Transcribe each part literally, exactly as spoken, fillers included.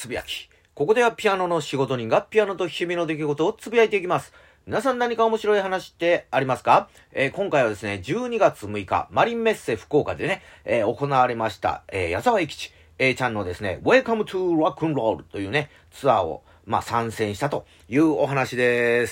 つぶやき。ここではピアノの仕事人がピアノと日々の出来事をつぶやいていきます。皆さん何か面白い話ってありますか？えー、今回はですね、じゅうにがつむいか、マリンメッセ福岡でね、えー、行われました、えー、矢沢永吉、A ちゃんのですね、Welcome to Rock and Roll というね、ツアーを、まあ、参戦したというお話です。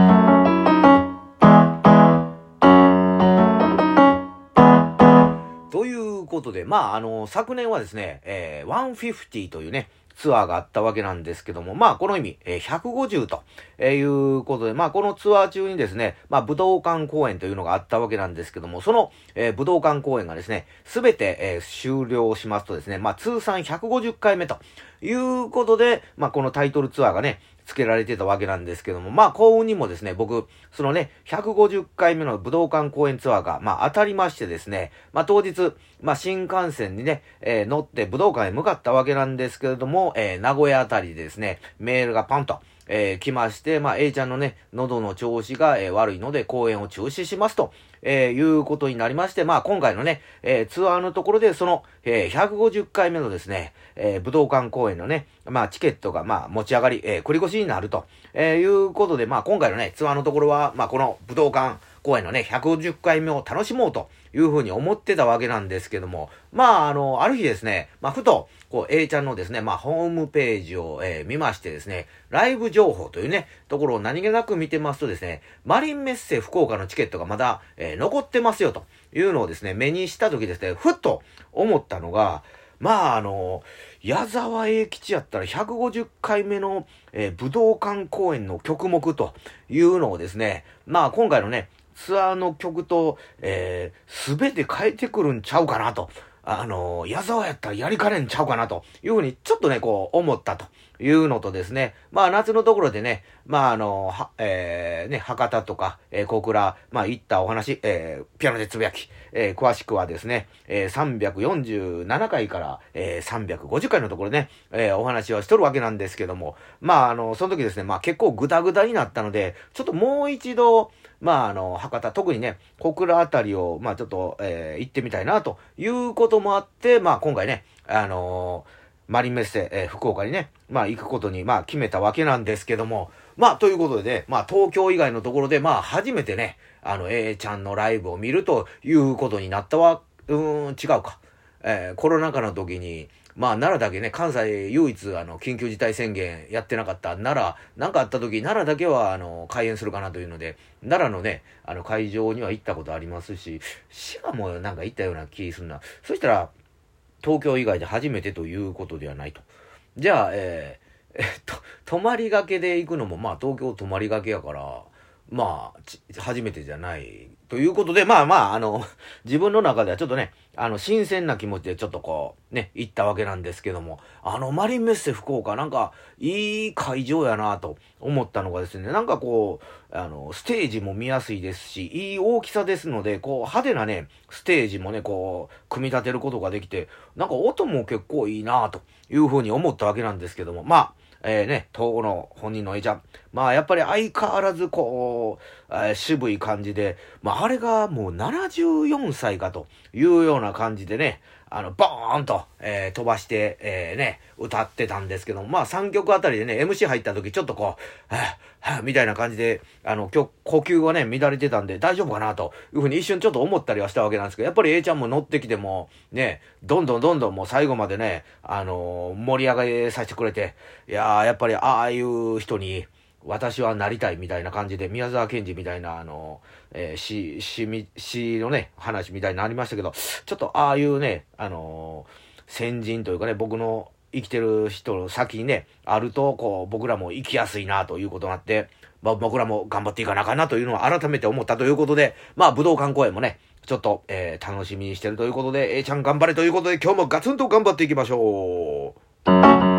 ということで、まあ、あの、昨年はですね、えー、ひゃくごじゅうというね、ツアーがあったわけなんですけども、まあ、この意味、えー、ひゃくごじゅうということで、まあ、このツアー中にですね、まあ、武道館公演というのがあったわけなんですけども、その、えー、武道館公演がですね、すべて、えー、終了しますとですね、まあ、通算ひゃくごじゅっかいめということで、まあ、このタイトルツアーがね、付けられてたわけなんですけども、まあ幸運にもですね、僕、そのね、ひゃくごじゅっかいめの武道館公演ツアーが、まあ当たりましてですね、まあ当日、まあ新幹線にね、えー、乗って武道館へ向かったわけなんですけれども、えー、名古屋あたりでですね、メールがパンと、えー、来まして、まあ A ちゃんのね、喉の調子が、えー、悪いので公演を中止しますと、えー、いうことになりまして、まあ今回のね、えー、ツアーのところでその、えー、ひゃくごじゅっかいめのですね、えー、武道館公演のね、まあチケットがまあ持ち上がり、えー、繰り越しになると、えー、いうことで、まあ今回のね、ツアーのところは、まあこの武道館公演のね、ひゃくごじゅっかいめを楽しもうというふうに思ってたわけなんですけども、まああの、ある日ですね、まあふと、こう A ちゃんのですね、まあホームページを、えー、見ましてですね、ライブ情報というね、ところを何気なく見てますとですね、マリンメッセ福岡のチケットがまだ、えー、残ってますよというのをですね、目にした時ですね、ふっと思ったのが、まああの、矢沢永吉やったらひゃくごじゅっかいめの、えー、武道館公演の曲目というのをですね、まあ今回のね、ツアーの曲と、えー、すべて変えてくるんちゃうかなと。あのー、矢沢やったらやりかねんちゃうかなというふうにちょっとね、こう思ったというのとですね、まあ夏のところでね、まああのー、は、えー、ね、博多とか、えー、小倉、まあ行ったお話、えー、ピアノでつぶやき、えー、詳しくはですね、えー、さんびゃくよんじゅうななかいから、えー、さんびゃくごじゅっかいのところね、えー、お話をしとるわけなんですけども、まああの、その時ですね、まあ結構グダグダになったので、ちょっともう一度、まああの、博多、特にね、小倉あたりを、まあちょっと、えー、行ってみたいな、ということもあって、まあ今回ね、あのー、マリンメッセ、えー、福岡にね、まあ行くことに、まあ決めたわけなんですけども、まあということでね、まあ東京以外のところで、まあ初めてね、あの、A ちゃんのライブを見るということになったわ、うーん、違うか。えー、コロナ禍の時に、まあ奈良だけね、関西唯一あの緊急事態宣言やってなかった奈良、なんかあった時奈良だけはあの開園するかなというので、奈良のね、あの会場には行ったことありますし、滋賀もなんか行ったような気するな。そしたら東京以外で初めてということではないと。じゃあ、えー、えっと、泊まりがけで行くのもまあ東京泊まりがけやから、まあ、初めてじゃない。ということで、まあまあ、あの、自分の中ではちょっとね、あの、新鮮な気持ちでちょっとこう、ね、行ったわけなんですけども、あの、マリンメッセ福岡、なんか、いい会場やなと思ったのがですね、なんかこう、あの、ステージも見やすいですし、いい大きさですので、こう、派手なね、ステージもね、こう、組み立てることができて、なんか音も結構いいなというふうに思ったわけなんですけども、まあ、えー、ね、東郷の本人の A ちゃん。まあ、やっぱり相変わらず、こう、えー、渋い感じで、まあ、あれがもうななじゅうよんさいかというような感じでね、あの、ボーンと、えー、飛ばして、えー、ね、歌ってたんですけども、まあ、さんきょくあたりでね、エムシー 入った時、ちょっとこう、はぁ、はぁ、みたいな感じで、あの、今日、呼吸がね、乱れてたんで、大丈夫かなというふうに一瞬ちょっと思ったりはしたわけなんですけど、やっぱり A ちゃんも乗ってきても、ね、どんどんどんどんもう最後までね、あのー、盛り上がりさせてくれて、いやー、やっぱりああいう人に、私はなりたいみたいな感じで、宮沢賢治みたいな、あの、えー、詩、詩み、詩のね、話みたいになりましたけど、ちょっとああいうね、あのー、先人というかね、僕の生きてる人の先にね、あると、こう、僕らも生きやすいなということになって、まあ僕らも頑張っていかなあかんなというのを改めて思ったということで、まあ武道館公演もね、ちょっと、えー、楽しみにしてるということで、A ちゃん頑張れということで、今日もガツンと頑張っていきましょう。